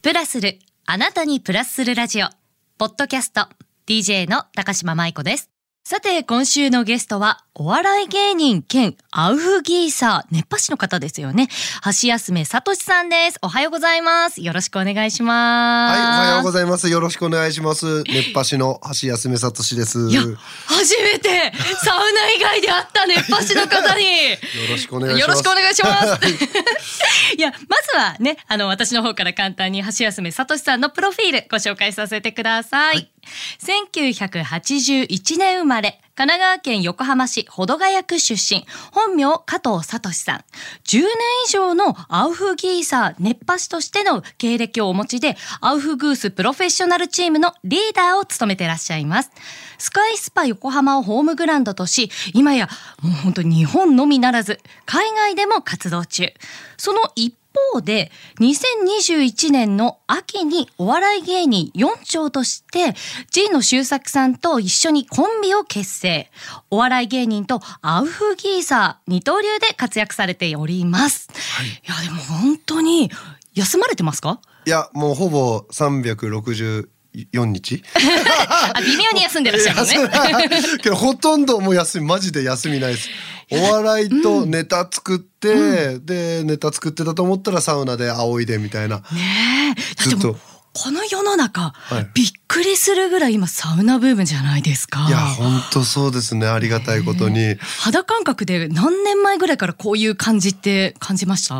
プラスる、あなたにプラスするラジオポッドキャスト DJ の高島舞子です。さて今週のゲストはお笑い芸人兼アウフギーサー熱波師の方ですよね。橋休めさとしさんです。おはようございます。よろしくお願いします。 はい、おはようございます。よろしくお願いします。熱波師の橋休めさとしです。 いや、初めてサウナ以外で会った熱波師の方によろしくお願いします。 よろしくお願いしますいや、まずはね、私の方から簡単に橋休めさとしさんのプロフィールご紹介させてください、はい、1981年生まれ、神奈川県横浜市保土ヶ谷区出身、本名加藤聡さん。10年以上のアウフギーサー熱波師としての経歴をお持ちで、アウフグースプロフェッショナルチームのリーダーを務めていらっしゃいます。スカイスパ横浜をホームグラウンドとし、今やもう本当に日本のみならず海外でも活動中。その一方で2021年の秋にお笑い芸人4丁として神野修作さんと一緒にコンビを結成。お笑い芸人とアウフギーサー二刀流で活躍されております、はい、いやでも本当に休まれてますか？ いや、もうほぼ364日微妙に休んでらっしゃるのねけどほとんどもう休み、マジで休みないです。お笑いとネタ作って、でネタ作ってたと思ったらサウナで仰いでみたいな。 ねえ、だってもうこの世の中、はい、びっくりするぐらい今サウナブームじゃないですか。 いや本当そうですね、ありがたいことに。 肌感覚で何年前ぐらいからこういう感じって感じました？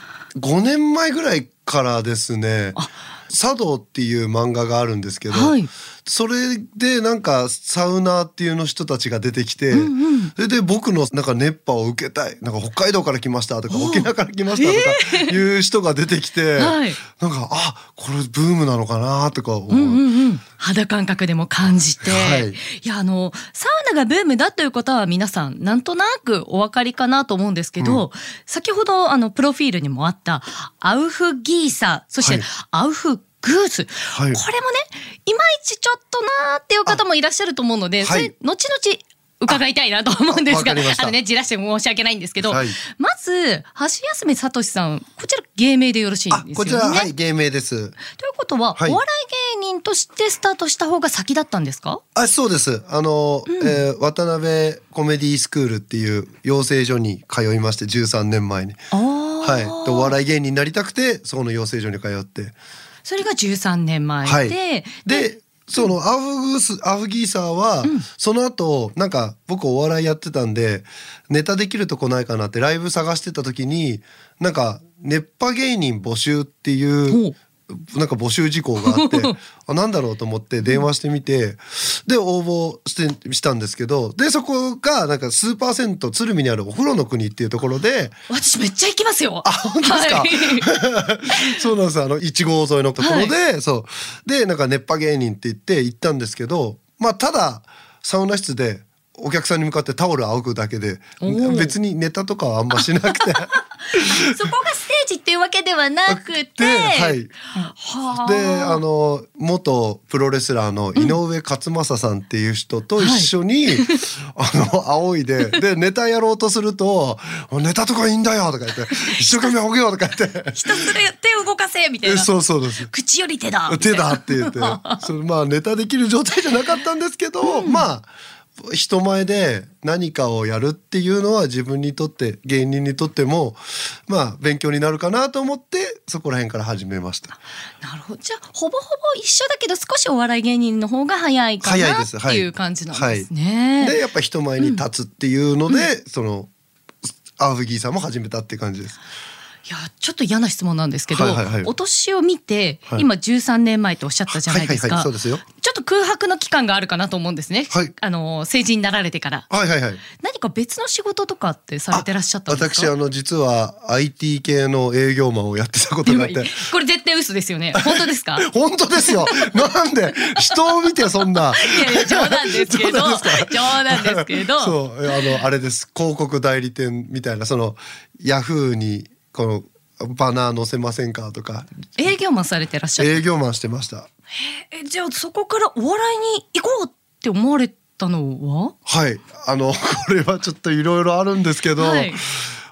5年前ぐらいからですね。茶道っていう漫画があるんですけど、はい、それでなんかサウナーっていうの人たちが出てきて、それで僕のなんか熱波を受けたい、なんか北海道から来ましたとか沖縄から来ましたとかいう人が出てきて、なんかこれブームなのかなとか思う、 肌感覚でも感じて、はい、いやサウナがブームだということは皆さんなんとなくお分かりかなと思うんですけど、先ほどプロフィールにもあったアウフギーサー、そしてアウフグース、これもねいまいちちょっとなーっていう方もいらっしゃると思うので、それ後々伺いたいなと思うんですが、じらして申し訳ないんですけど、まず橋休めさとしさん、こちら芸名でよろしいんですよね？ こちらはい芸名です。 ということは、お笑い芸人としてスタートした方が先だったんですか？ そうです。渡辺コメディスクールっていう養成所に通いまして、13年前に。お笑い芸人になりたくてそこの養成所に通って、 それが13年前で、 でそのアウフギーサーは、その後なんか僕お笑いやってたんでネタできるとこないかなってライブ探してた時に、なんか熱波芸人募集っていうなんか募集事項があってなんだろうと思って電話してみて、で応募したんですけど、でそこがなんかスーパー銭湯鶴見にあるお風呂の国っていうところで、 私めっちゃ行きますよ。 本当ですか？そうなんです。1号沿いのところで、そうでなんか熱波芸人って言って行ったんですけど、ただサウナ室でお客さんに向かってタオル仰ぐだけで別にネタとかはあんましなくてそこがステージっていうわけではなくて、 で元プロレスラーの井上勝正さんっていう人と一緒に、仰いで、でネタやろうとするとネタとかいいんだよとか言って一生懸命仰げよとか言ってひたすら手動かせみたいな。 そうです。 口より手だって言ってそれネタできる状態じゃなかったんですけど、人前で何かをやるっていうのは自分にとって芸人にとっても勉強になるかなと思ってそこら辺から始めました。 なるほど。じゃあほぼほぼ一緒だけど少しお笑い芸人の方が早いかなっていう感じなんですね。 でやっぱ人前に立つっていうので、そのアウフギーさんも始めたっていう感じです。 いやちょっと嫌な質問なんですけど、お年を見て、今13年前とおっしゃったじゃないですか。 そうですよ。 ちょっと空白の期間があるかなと思うんですね、成人になられてから。何か別の仕事とかってされてらっしゃったんですか？ 私実は IT 系の営業マンをやってたことがあって。 これ絶対嘘ですよね？本当ですか？ 本当ですよ。なんで人を見てそんな。 いや冗談ですけど冗談ですけどそうあれです。広告代理店みたいな、そのヤフーにこのバナー載せませんかとか。 営業マンされてらっしゃる？ 営業マンしてました。 じゃあそこからお笑いに行こうって思われたのは？ これはちょっといろいろあるんですけど、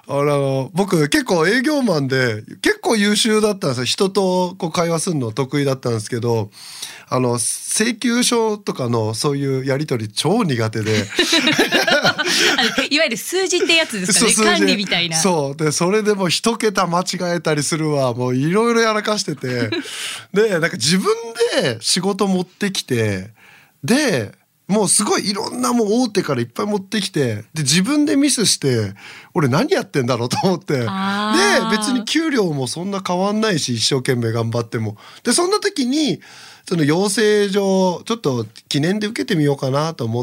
僕結構営業マンで結構優秀だったんですよ。人とこう会話するの得意だったんですけど、請求書とかのそういうやり取り超苦手でいわゆる数字ってやつですかね。 そう管理みたいな。 そうで、それでもう一桁間違えたりするわ、もういろいろやらかしててでなんか自分で仕事持ってきて、でもうすごいいろんなもう大手からいっぱい持ってきて、で自分でミスして俺何やってんだろうと思って、で別に給料もそんな変わんないし一生懸命頑張っても、でそんな時にその養成所ちょっと記念で受けてみようかなと思って、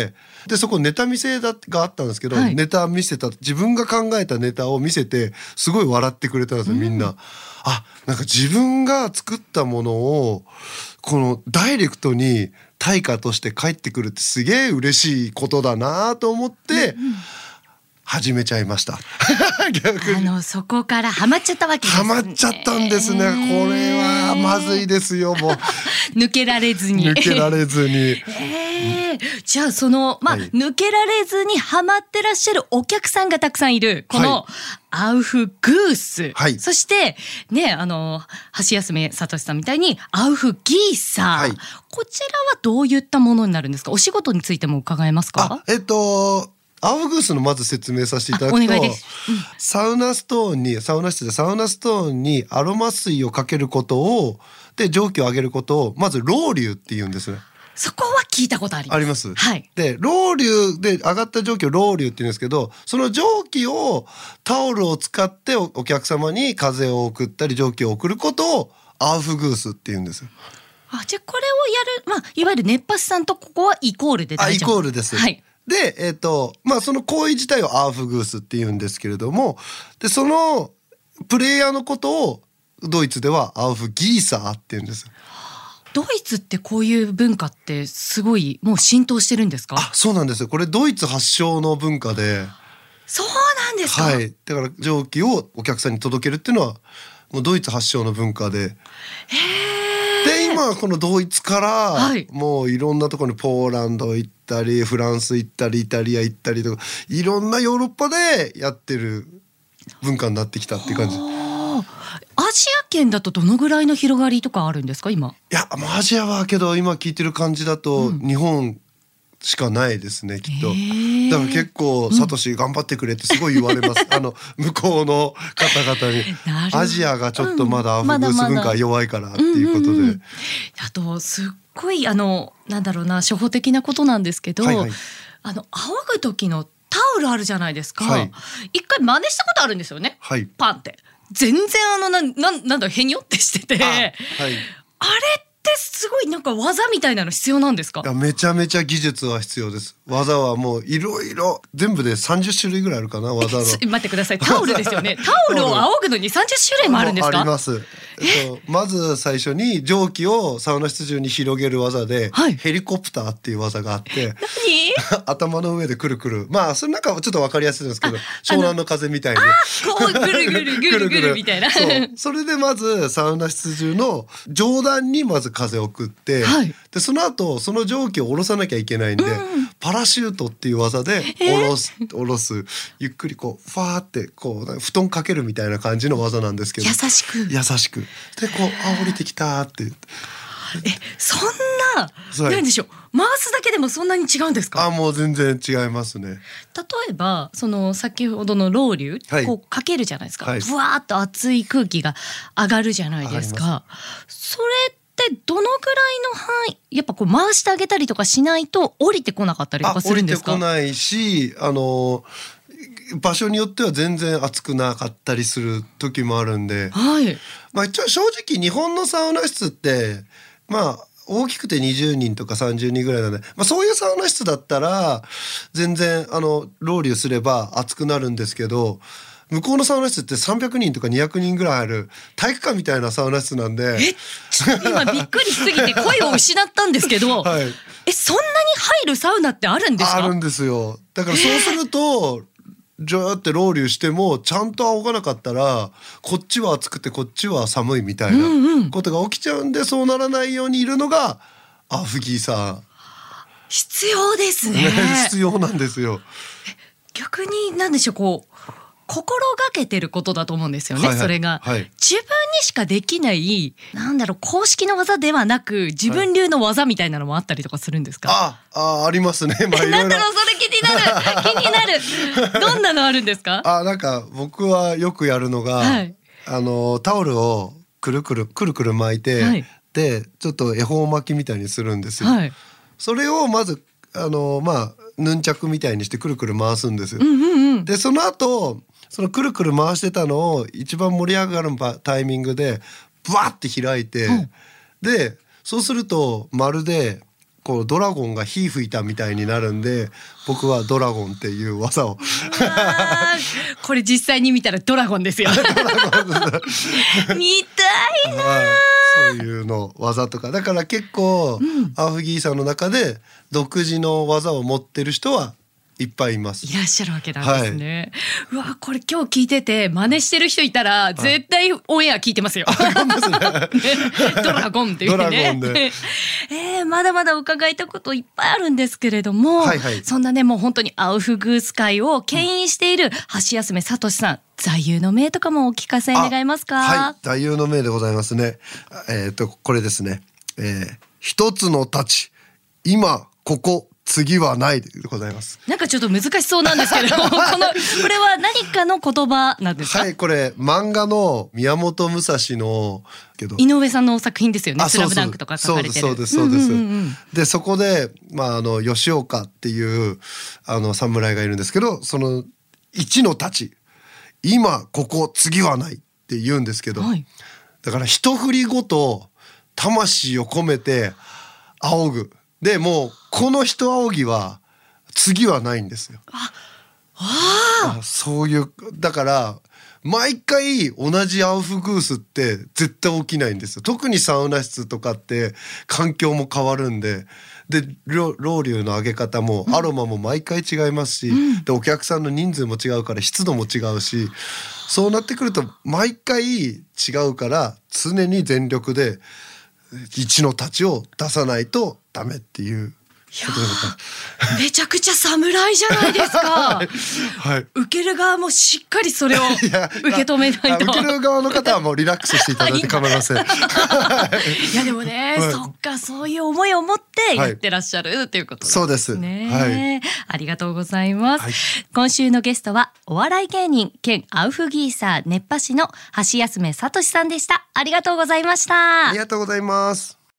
でそこネタ見せがあったんですけど、ネタ見せた、自分が考えたネタを見せてすごい笑ってくれたんですよみんな。なんか自分が作ったものをこのダイレクトに対価として返ってくるってすげえ嬉しいことだなと思って始めちゃいました逆にそこからハマっちゃったわけですね。 ハマっちゃったんですね。これはまずいですよ、もう抜けられずに抜けられずにじゃあ抜けられずにハマってらっしゃるお客さんがたくさんいるこのアウフグース、そしてね、橋休めさとしさんみたいにアウフギーサー、こちらはどういったものになるんですか？お仕事についても伺えますか？ アウフグースのまず説明させていただくと、サウナストーンにアロマ水をかけることをで蒸気を上げることをまずロウリュって言うんですね。 そこは聞いたことあります。 あります。でロウリュで上がった蒸気をロウリュって言うんですけど、その蒸気をタオルを使ってお客様に風を送ったり蒸気を送ることをアウフグースって言うんですよ。 じゃあこれをやる、いわゆる熱波師さんとここはイコールで大丈夫？ イコールです。で、その行為自体をアウフグースって言うんですけれども、でそのプレイヤーのことをドイツではアウフギーサーって言うんです。 ドイツってこういう文化ってすごいもう浸透してるんですか？ そうなんですよ。これドイツ発祥の文化で。 そうなんですか？ だから蒸気をお客さんに届けるっていうのはもうドイツ発祥の文化で。で今このドイツからもういろんなところにポーランド行ったりフランス行ったりイタリア行ったりとかいろんなヨーロッパでやってる文化になってきたっていう感じ。 アジア圏だとどのぐらいの広がりとかあるんですか今？いやアジアはけど今聞いてる感じだと日本しかないですね、きっと。だから結構サトシ頑張ってくれってすごい言われます、向こうの方々に。アジアがちょっっとまだアウフグース文化弱いからっていうことで、 あとすっごいなんだろうな、初歩的なことなんですけど、仰ぐ時のタオルあるじゃないですか、一回真似したことあるんですよね、パンって全然なんだへにょってしてて、あれってすごいなんか技みたいなの必要なんですか？ めちゃめちゃ技術は必要です。技はもういろいろ全部で30種類ぐらいあるかな、技の。 待ってください、タオルですよね。タオルを仰ぐのに30種類もあるんですか？ あります。まず最初に蒸気をサウナ室中に広げる技で、ヘリコプターっていう技があって頭の上でくるくる、それなんかちょっと分かりやすいんですけど、湘南の風みたいにこうぐるぐるぐるぐるみたいなそれでまずサウナ室中の上段にまず風を送って、でその後その蒸気を下ろさなきゃいけないんで、パラシュートっていう技で下ろすゆっくりこうファーってこう布団かけるみたいな感じの技なんですけど、 優しくでこう降りてきたってそんな何でしょう、回すだけでもそんなに違うんですか？ もう全然違いますね。 例えばその先ほどのロウリュ、こうかけるじゃないですか、ぶわーっと熱い空気が上がるじゃないですか。それってどのぐらいの範囲、やっぱこう回してあげたりとかしないと降りてこなかったりとかするんですか？ 降りてこないし、場所によっては全然熱くなかったりする時もあるんで、正直日本のサウナ室って大きくて20人とか30人ぐらいなんで、そういうサウナ室だったら全然ロウリュすれば熱くなるんですけど、向こうのサウナ室って300人とか200人ぐらいある体育館みたいなサウナ室なんで、 今びっくりしすぎて声を失ったんですけど、そんなに入るサウナってあるんですか？ あるんですよ。だからそうするとジャーってロウリュしてもちゃんと仰がなかったらこっちは暑くてこっちは寒いみたいなことが起きちゃうんで、そうならないようにいるのがアウフギーサー。 必要ですね。 必要なんですよ。 逆に何でしょう、こう心がけてることだと思うんですよね、 はいはいそれが、 はい自分にしかできない公式の技ではなく自分流の技みたいなのもあったりとかするんですか？ ありますね。まあいろいろなんだろう、それ気になるどんなのあるんですか？ なんか僕はよくやるのが、 はい、 タオルをくるくる巻いて、 はい、 でちょっと恵方巻きみたいにするんですよ。 はい、 それをまずヌンチャクみたいにしてくるくる回すんですよ。 うんうんうん、 でその後そのくるくる回してたのを一番盛り上がるタイミングでブワッて開いて、でそうするとまるでこうドラゴンが火吹いたみたいになるんで、僕はドラゴンっていう技をこれ実際に見たらドラゴンですよ見たいな、 そういうの技とかだから結構、アウフギーさんの中で独自の技を持ってる人はいっぱいいます。 いらっしゃるわけなんですね、うわこれ今日聞いてて真似してる人いたら絶対オンエア聞いてますよ、ドラゴンって言ってねドラゴンでまだまだ伺いたいこといっぱいあるんですけれども、 はいはい、 そんなねもう本当にアウフグース界を牽引している橋休聡さん、座右の銘とかもお聞かせ願いますか？ はい、座右の銘でございますね。これですね、一つの太刀、今ここ次はないでございます。 なんかちょっと難しそうなんですけれどもこれは何かの言葉なんですか？ はい、これ漫画の宮本武蔵の井上さんの作品ですよね。スラムダンクとか書かれてる。 そうです。でそこで吉岡っていう侍がいるんですけど、その一の太刀、今ここ次はないって言うんですけど、はい、だから一振りごと魂を込めて仰ぐ。でもうこの一仰ぎは次はないんですよ。そういうだから毎回同じアウフグースって絶対起きないんですよ。特にサウナ室とかって環境も変わるんで、ロウリュの上げ方もアロマも毎回違いますし、でお客さんの人数も違うから湿度も違うし、そうなってくると毎回違うから常に全力で一の太刀を出さないとダメっていうことでございます。 めちゃくちゃ侍じゃないですか、はい、受ける側もしっかりそれを受け止めないと。 受ける側の方はもうリラックスしていただいて構いませんいやでもね、はい、そっか、そういう思いを持ってやってらっしゃるっていうことなんですね。そうです、はい、ありがとうございます、はい、今週のゲストはお笑い芸人兼アウフギーサー熱波師の橋休聡さんでした。ありがとうございました。 ありがとうございます。